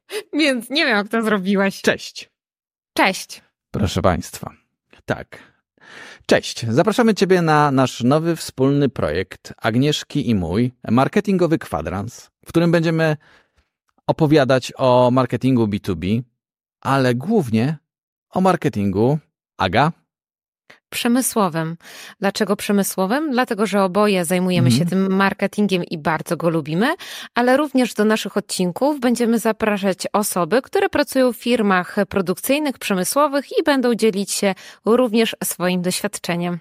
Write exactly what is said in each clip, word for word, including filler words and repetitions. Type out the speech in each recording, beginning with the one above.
Więc nie wiem, jak to zrobiłeś. Cześć. Cześć. Proszę Państwa. Tak. Cześć. Zapraszamy Ciebie na nasz nowy wspólny projekt Agnieszki i mój, marketingowy kwadrans, w którym będziemy opowiadać o marketingu B dwa B, ale głównie o marketingu, Aga? Przemysłowym. Dlaczego przemysłowym? Dlatego, że oboje zajmujemy Mhm. się tym marketingiem i bardzo go lubimy, ale również do naszych odcinków będziemy zapraszać osoby, które pracują w firmach produkcyjnych, przemysłowych i będą dzielić się również swoim doświadczeniem.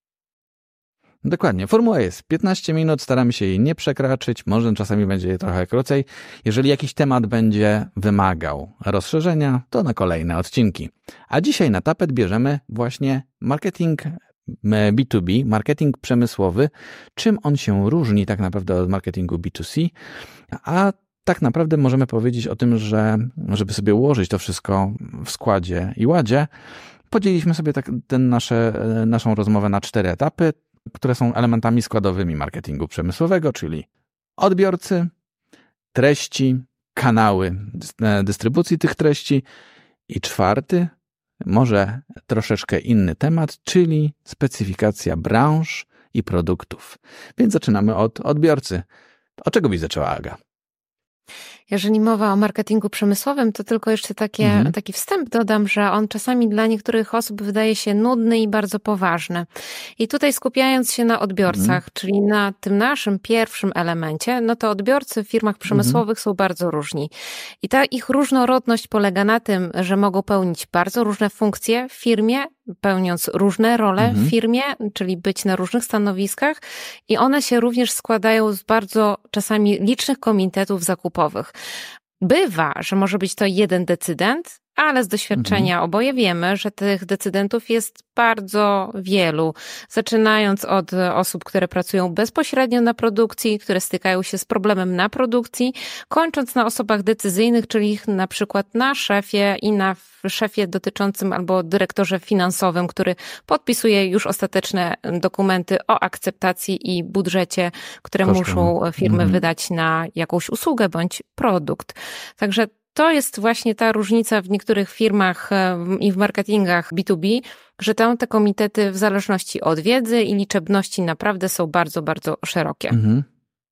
Dokładnie. Formuła jest piętnaście minut, staramy się jej nie przekraczyć, może czasami będzie je trochę krócej. Jeżeli jakiś temat będzie wymagał rozszerzenia, to na kolejne odcinki. A dzisiaj na tapet bierzemy właśnie marketing B dwa B, marketing przemysłowy, czym on się różni tak naprawdę od marketingu B dwa C, a tak naprawdę możemy powiedzieć o tym, że żeby sobie ułożyć to wszystko w składzie i ładzie, podzieliliśmy sobie tak ten nasze, naszą rozmowę na cztery etapy, które są elementami składowymi marketingu przemysłowego, czyli odbiorcy, treści, kanały dystrybucji tych treści i czwarty, może troszeczkę inny temat, czyli specyfikacja branż i produktów. Więc zaczynamy od odbiorcy. Od czego byś zaczęła, Aga? Jeżeli mowa o marketingu przemysłowym, to tylko jeszcze takie, mhm. taki wstęp dodam, że on czasami dla niektórych osób wydaje się nudny i bardzo poważny. I tutaj skupiając się na odbiorcach, mhm. czyli na tym naszym pierwszym elemencie, no to odbiorcy w firmach przemysłowych mhm. są bardzo różni. I ta ich różnorodność polega na tym, że mogą pełnić bardzo różne funkcje w firmie, pełniąc różne role mhm. w firmie, czyli być na różnych stanowiskach i one się również składają z bardzo czasami licznych komitetów zakupowych. Bywa, że może być to jeden decydent, ale z doświadczenia mhm. oboje wiemy, że tych decydentów jest bardzo wielu. Zaczynając od osób, które pracują bezpośrednio na produkcji, które stykają się z problemem na produkcji, kończąc na osobach decyzyjnych, czyli na przykład na szefie i na szefie dotyczącym albo dyrektorze finansowym, który podpisuje już ostateczne dokumenty o akceptacji i budżecie, które Kosztem. muszą firmy mhm. wydać na jakąś usługę bądź produkt. Także to jest właśnie ta różnica w niektórych firmach i w marketingach B dwa B, że tam te komitety w zależności od wiedzy i liczebności naprawdę są bardzo, bardzo szerokie. Mhm.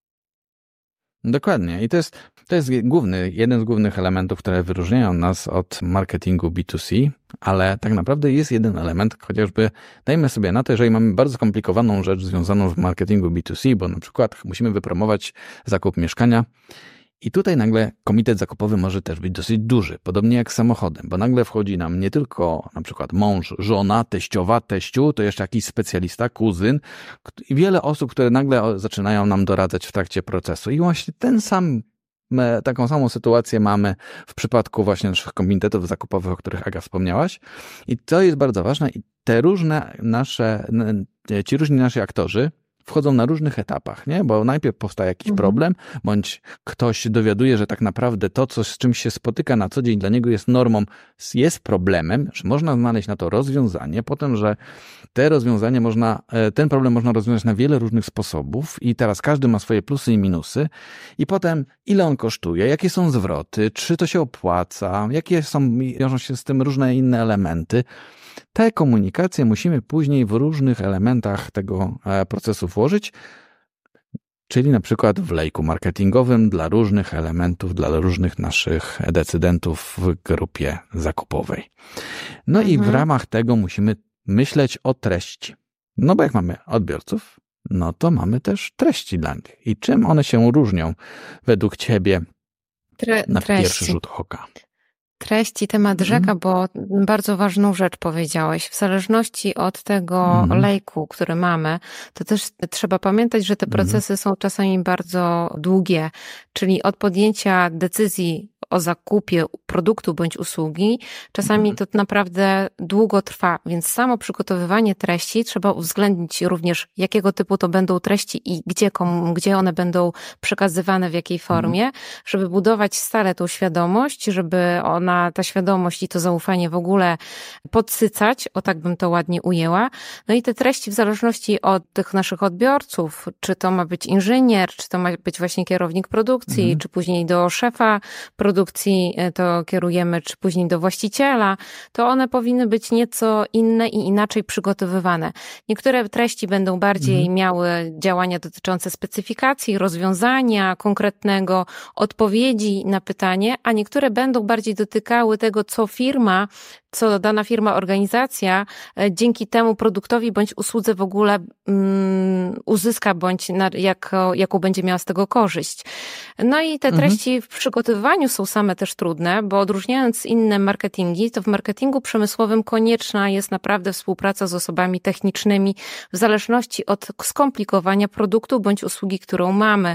Dokładnie. I to jest, to jest główny, jeden z głównych elementów, które wyróżniają nas od marketingu B dwa C, ale tak naprawdę jest jeden element, chociażby dajmy sobie na to, jeżeli mamy bardzo skomplikowaną rzecz związaną w marketingu B dwa C, bo na przykład musimy wypromować zakup mieszkania, i tutaj nagle komitet zakupowy może też być dosyć duży, podobnie jak z samochodem, bo nagle wchodzi nam nie tylko na przykład mąż, żona, teściowa, teściu, to jeszcze jakiś specjalista, kuzyn i wiele osób, które nagle zaczynają nam doradzać w trakcie procesu. I właśnie ten sam, taką samą sytuację mamy w przypadku właśnie naszych komitetów zakupowych, o których Aga wspomniałaś. I to jest bardzo ważne i te różne nasze, ci różni nasi aktorzy wchodzą na różnych etapach, nie? Bo najpierw powstaje jakiś mhm. problem, bądź ktoś dowiaduje, że tak naprawdę to, co z czym się spotyka na co dzień, dla niego jest normą, jest problemem, że można znaleźć na to rozwiązanie, potem, że te rozwiązanie można, ten problem można rozwiązać na wiele różnych sposobów i teraz każdy ma swoje plusy i minusy i potem ile on kosztuje, jakie są zwroty, czy to się opłaca, jakie są, wiążą się z tym różne inne elementy. Te komunikacje musimy później w różnych elementach tego procesu włożyć, czyli na przykład w lejku marketingowym dla różnych elementów, dla różnych naszych decydentów w grupie zakupowej. No mhm. i w ramach tego musimy myśleć o treści. No bo jak mamy odbiorców, no to mamy też treści dla nich. I czym one się różnią według Ciebie Tre- na treści. Pierwszy rzut oka? Treści, temat rzeka, mm. bo bardzo ważną rzecz powiedziałeś. W zależności od tego mm. lejku, który mamy, to też trzeba pamiętać, że te procesy mm. są czasami bardzo długie, czyli od podjęcia decyzji o zakupie produktu bądź usługi, czasami to naprawdę długo trwa, więc samo przygotowywanie treści trzeba uwzględnić również, jakiego typu to będą treści i gdzie, komu, gdzie one będą przekazywane, w jakiej formie, żeby budować stale tą świadomość, żeby ona zaczyna ta świadomość i to zaufanie w ogóle podsycać, o tak bym to ładnie ujęła. No i te treści w zależności od tych naszych odbiorców, czy to ma być inżynier, czy to ma być właśnie kierownik produkcji, mhm. czy później do szefa produkcji to kierujemy, czy później do właściciela, to one powinny być nieco inne i inaczej przygotowywane. Niektóre treści będą bardziej mhm. miały działania dotyczące specyfikacji, rozwiązania konkretnego, odpowiedzi na pytanie, a niektóre będą bardziej dotykały tego, co firma, co dana firma, organizacja dzięki temu produktowi bądź usłudze w ogóle um, uzyska, bądź na, jako, jaką będzie miała z tego korzyść. No i te treści mhm. w przygotowywaniu są same też trudne, bo odróżniając inne marketingi, to w marketingu przemysłowym konieczna jest naprawdę współpraca z osobami technicznymi w zależności od skomplikowania produktu bądź usługi, którą mamy.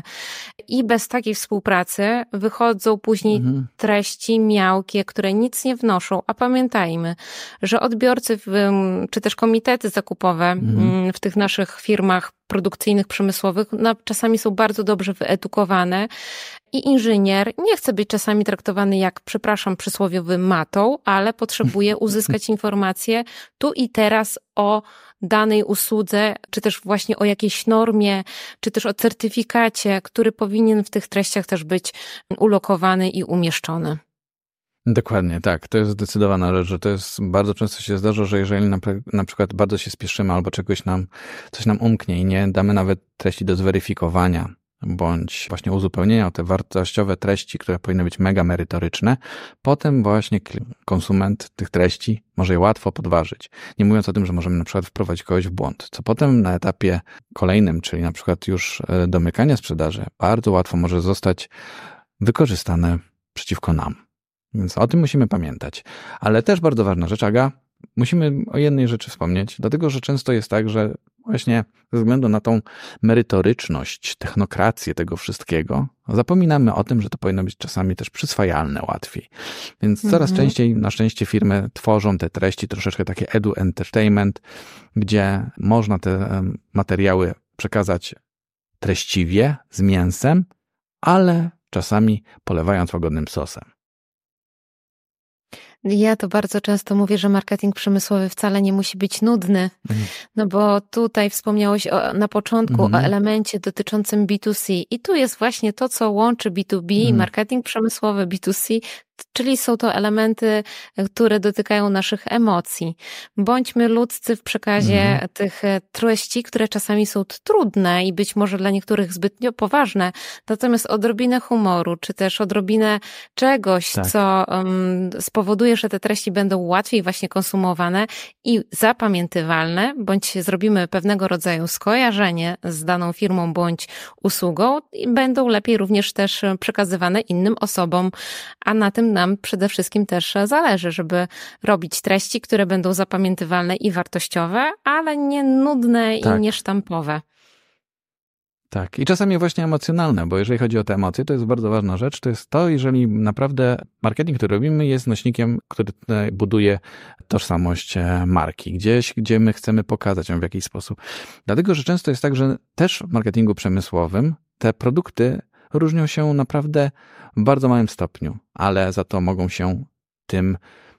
I bez takiej współpracy wychodzą później mhm. treści miałkie, które nic nie wnoszą, a pamiętajmy, że odbiorcy, w, czy też komitety zakupowe mhm. w tych naszych firmach produkcyjnych, przemysłowych, no, czasami są bardzo dobrze wyedukowane i inżynier nie chce być czasami traktowany jak, przepraszam, przysłowiowy matą, ale potrzebuje uzyskać informacje tu i teraz o danej usłudze, czy też właśnie o jakiejś normie, czy też o certyfikacie, który powinien w tych treściach też być ulokowany i umieszczony. Dokładnie, tak. To jest zdecydowana rzecz, że to jest, bardzo często się zdarza, że jeżeli na, na przykład bardzo się spieszymy albo czegoś nam, coś nam umknie i nie damy nawet treści do zweryfikowania, bądź właśnie uzupełnienia o te wartościowe treści, które powinny być mega merytoryczne, potem właśnie konsument tych treści może je łatwo podważyć. Nie mówiąc o tym, że możemy na przykład wprowadzić kogoś w błąd, co potem na etapie kolejnym, czyli na przykład już domykania sprzedaży, bardzo łatwo może zostać wykorzystane przeciwko nam. Więc o tym musimy pamiętać. Ale też bardzo ważna rzecz, Aga, musimy o jednej rzeczy wspomnieć, dlatego że często jest tak, że właśnie ze względu na tą merytoryczność, technokrację tego wszystkiego, zapominamy o tym, że to powinno być czasami też przyswajalne łatwiej. Więc coraz mhm. częściej, na szczęście, firmy tworzą te treści, troszeczkę takie edu-entertainment, gdzie można te materiały przekazać treściwie, z mięsem, ale czasami polewając łagodnym sosem. Ja to bardzo często mówię, że marketing przemysłowy wcale nie musi być nudny, mhm. no bo tutaj wspomniałeś o, na początku mhm. o elemencie dotyczącym B dwa C i tu jest właśnie to, co łączy B dwa B, mhm. marketing przemysłowy, B dwa C, czyli są to elementy, które dotykają naszych emocji. Bądźmy ludzcy w przekazie mhm. tych treści, które czasami są trudne i być może dla niektórych zbytnio poważne, natomiast odrobinę humoru, czy też odrobinę czegoś, tak. co um, spowoduje, że te treści będą łatwiej właśnie konsumowane i zapamiętywalne, bądź zrobimy pewnego rodzaju skojarzenie z daną firmą bądź usługą i będą lepiej również też przekazywane innym osobom, a na tym nam przede wszystkim też zależy, żeby robić treści, które będą zapamiętywalne i wartościowe, ale nie nudne tak. i niesztampowe. Tak, i czasami właśnie emocjonalne, bo jeżeli chodzi o te emocje, to jest bardzo ważna rzecz, to jest to, jeżeli naprawdę marketing, który robimy, jest nośnikiem, który buduje tożsamość marki, gdzieś, gdzie my chcemy pokazać ją w jakiś sposób. Dlatego, że często jest tak, że też w marketingu przemysłowym te produkty różnią się naprawdę w bardzo małym stopniu, ale za to mogą się tym,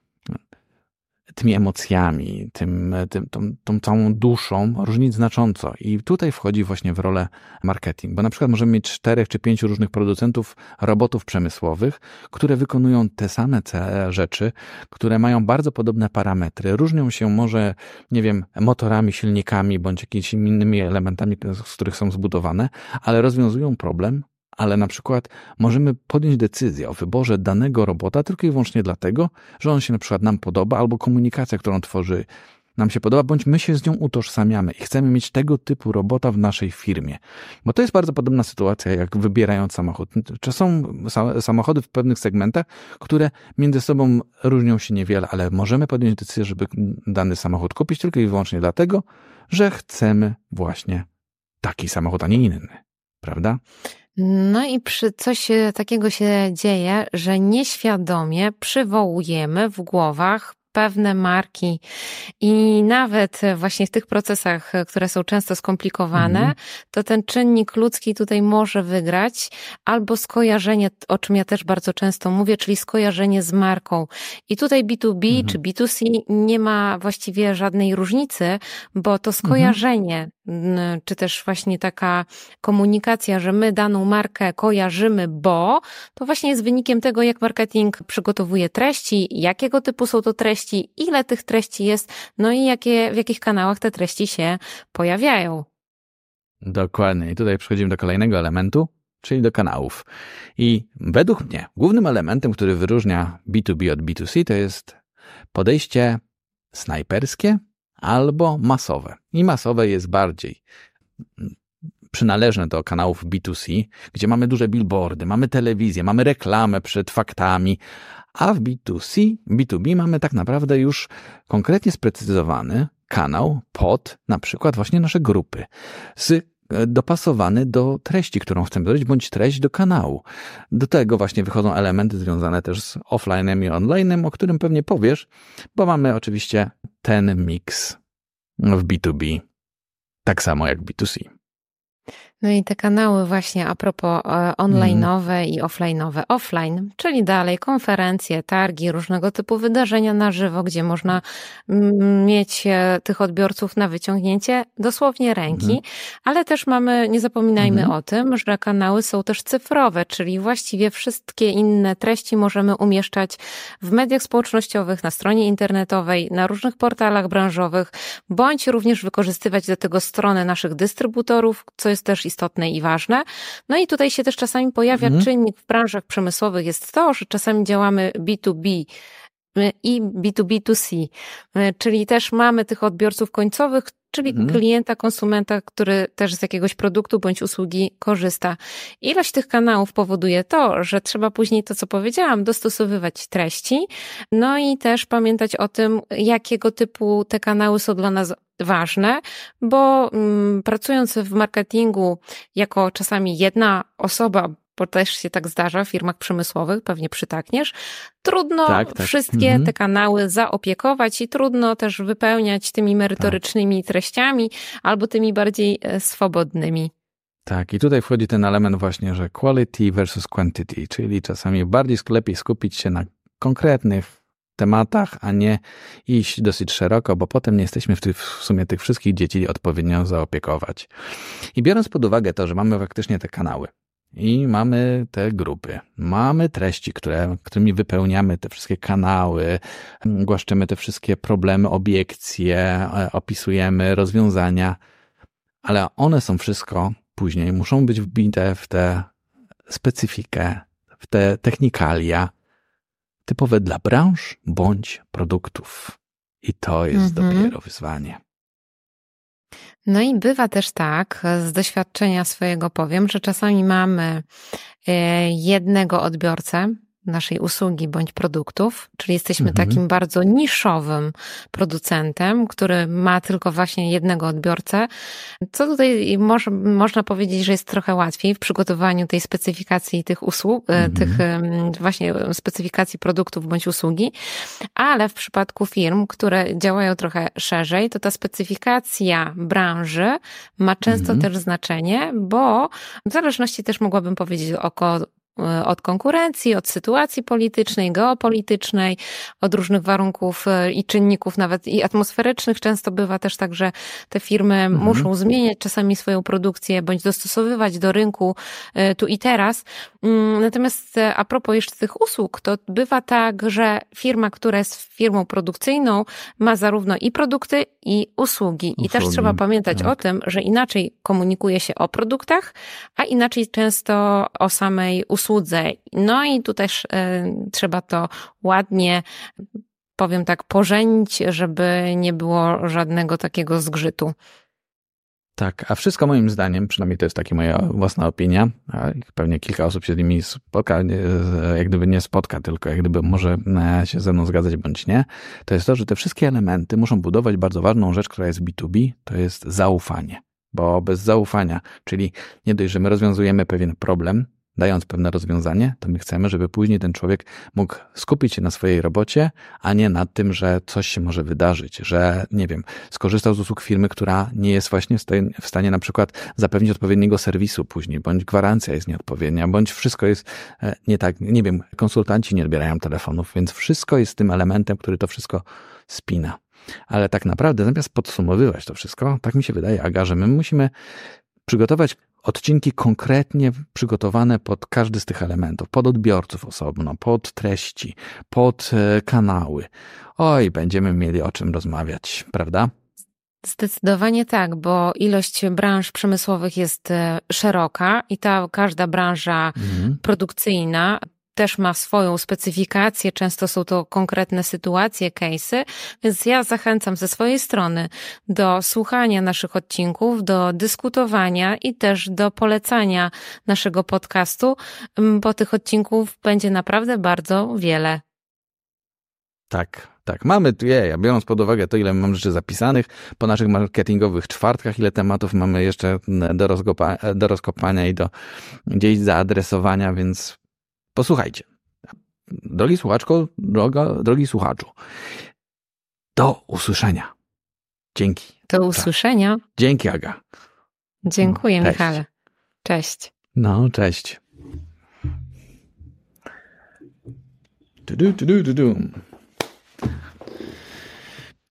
tymi emocjami, tym, tym, tą, tą całą duszą różnić znacząco. I tutaj wchodzi właśnie w rolę marketing, bo na przykład możemy mieć czterech czy pięciu różnych producentów robotów przemysłowych, które wykonują te same rzeczy, które mają bardzo podobne parametry, różnią się może, nie wiem, motorami, silnikami, bądź jakimiś innymi elementami, z których są zbudowane, ale rozwiązują problem, ale na przykład możemy podjąć decyzję o wyborze danego robota tylko i wyłącznie dlatego, że on się na przykład nam podoba, albo komunikacja, którą tworzy, nam się podoba, bądź my się z nią utożsamiamy i chcemy mieć tego typu robota w naszej firmie. Bo to jest bardzo podobna sytuacja, jak wybierając samochód. Czy są samochody w pewnych segmentach, które między sobą różnią się niewiele, ale możemy podjąć decyzję, żeby dany samochód kupić tylko i wyłącznie dlatego, że chcemy właśnie taki samochód, a nie inny. Prawda? No i przy coś takiego się dzieje, że nieświadomie przywołujemy w głowach pewne marki i nawet właśnie w tych procesach, które są często skomplikowane, mhm. to ten czynnik ludzki tutaj może wygrać, albo skojarzenie, o czym ja też bardzo często mówię, czyli skojarzenie z marką. I tutaj B dwa B mhm. czy B dwa C nie ma właściwie żadnej różnicy, bo to skojarzenie, mhm. czy też właśnie taka komunikacja, że my daną markę kojarzymy, bo to właśnie jest wynikiem tego, jak marketing przygotowuje treści, jakiego typu są to treści, ile tych treści jest, no i jakie, w jakich kanałach te treści się pojawiają. Dokładnie. I tutaj przechodzimy do kolejnego elementu, czyli do kanałów. I według mnie głównym elementem, który wyróżnia B dwa B od B dwa C, to jest podejście snajperskie albo masowe. I masowe jest bardziej przynależne do kanałów B dwa C, gdzie mamy duże billboardy, mamy telewizję, mamy reklamę przed faktami, a w B dwa C, B dwa B mamy tak naprawdę już konkretnie sprecyzowany kanał pod na przykład właśnie nasze grupy, z, dopasowany do treści, którą chcemy dodać, bądź treść do kanału. Do tego właśnie wychodzą elementy związane też z offline'em i online'em, o którym pewnie powiesz, bo mamy oczywiście ten miks w B dwa B, tak samo jak B dwa C. No i te kanały właśnie a propos online'owe mm. i offline'owe. Offline, czyli dalej konferencje, targi, różnego typu wydarzenia na żywo, gdzie można mieć tych odbiorców na wyciągnięcie dosłownie ręki, mm. ale też mamy, nie zapominajmy mm. o tym, że kanały są też cyfrowe, czyli właściwie wszystkie inne treści możemy umieszczać w mediach społecznościowych, na stronie internetowej, na różnych portalach branżowych, bądź również wykorzystywać do tego strony naszych dystrybutorów, co jest też istotne i ważne. No i tutaj się też czasami pojawia mhm. czynnik w branżach przemysłowych, jest to, że czasami działamy B dwa B i B dwa B dwa C, czyli też mamy tych odbiorców końcowych, czyli mhm. klienta, konsumenta, który też z jakiegoś produktu bądź usługi korzysta. Ilość tych kanałów powoduje to, że trzeba później to, co powiedziałam, dostosowywać treści, no i też pamiętać o tym, jakiego typu te kanały są dla nas ważne, bo mm, pracując w marketingu jako czasami jedna osoba, bo też się tak zdarza w firmach przemysłowych, pewnie przytakniesz, trudno tak, tak. wszystkie mhm. te kanały zaopiekować i trudno też wypełniać tymi merytorycznymi tak. treściami albo tymi bardziej swobodnymi. Tak, i tutaj wchodzi ten element właśnie, że quality versus quantity, czyli czasami bardziej lepiej skupić się na konkretnych tematach, a nie iść dosyć szeroko, bo potem nie jesteśmy w, tych, w sumie tych wszystkich dzieci odpowiednio zaopiekować. I biorąc pod uwagę to, że mamy faktycznie te kanały i mamy te grupy, mamy treści, które, którymi wypełniamy te wszystkie kanały, głaszczymy te wszystkie problemy, obiekcje, opisujemy rozwiązania, ale one są wszystko później, muszą być wbite w tę specyfikę, w te technikalia, typowe dla branż bądź produktów. I to jest mhm. dopiero wyzwanie. No i bywa też tak, z doświadczenia swojego powiem, że czasami mamy jednego odbiorcę naszej usługi bądź produktów, czyli jesteśmy mhm. takim bardzo niszowym producentem, który ma tylko właśnie jednego odbiorcę. Co tutaj może, można powiedzieć, że jest trochę łatwiej w przygotowaniu tej specyfikacji tych usług, mhm. tych właśnie specyfikacji produktów bądź usługi, ale w przypadku firm, które działają trochę szerzej, to ta specyfikacja branży ma często mhm. też znaczenie, bo w zależności też mogłabym powiedzieć około od konkurencji, od sytuacji politycznej, geopolitycznej, od różnych warunków i czynników nawet i atmosferycznych. Często bywa też tak, że te firmy mhm. muszą zmieniać czasami swoją produkcję bądź dostosowywać do rynku tu i teraz. Natomiast a propos jeszcze tych usług, to bywa tak, że firma, która jest firmą produkcyjną, ma zarówno i produkty, i usługi. usługi. I też trzeba pamiętać tak. o tym, że inaczej komunikuje się o produktach, a inaczej często o samej usłudze. No i tu też y, trzeba to ładnie, powiem tak, pożenić, żeby nie było żadnego takiego zgrzytu. Tak, a wszystko moim zdaniem, przynajmniej to jest taka moja własna opinia, a pewnie kilka osób się z nimi spotka, jak gdyby nie spotka, tylko jak gdyby może się ze mną zgadzać bądź nie, to jest to, że te wszystkie elementy muszą budować bardzo ważną rzecz, która jest B dwa B, to jest zaufanie. Bo bez zaufania, czyli nie dość, że my rozwiązujemy pewien problem, dając pewne rozwiązanie, to my chcemy, żeby później ten człowiek mógł skupić się na swojej robocie, a nie nad tym, że coś się może wydarzyć, że, nie wiem, skorzystał z usług firmy, która nie jest właśnie w stanie na przykład zapewnić odpowiedniego serwisu później, bądź gwarancja jest nieodpowiednia, bądź wszystko jest nie tak, nie wiem, konsultanci nie odbierają telefonów, więc wszystko jest tym elementem, który to wszystko spina. Ale tak naprawdę, zamiast podsumowywać to wszystko, tak mi się wydaje, Aga, że my musimy przygotować odcinki konkretnie przygotowane pod każdy z tych elementów, pod odbiorców osobno, pod treści, pod kanały. Oj, będziemy mieli o czym rozmawiać, prawda? Zdecydowanie tak, bo ilość branż przemysłowych jest szeroka i ta każda branża mhm. produkcyjna też ma swoją specyfikację, często są to konkretne sytuacje, case'y, więc ja zachęcam ze swojej strony do słuchania naszych odcinków, do dyskutowania i też do polecania naszego podcastu, bo tych odcinków będzie naprawdę bardzo wiele. Tak, tak. Mamy, je, biorąc pod uwagę to, ile mam rzeczy zapisanych, po naszych marketingowych czwartkach, ile tematów mamy jeszcze do, rozkopa, do rozkopania i do gdzieś zaadresowania, więc posłuchajcie. Drogi słuchaczko, droga, drogi słuchaczu, do usłyszenia. Dzięki. Do usłyszenia. Dzięki, Aga. Dziękuję, no, Michale. Cześć. No, cześć. Du, du, du, du, du.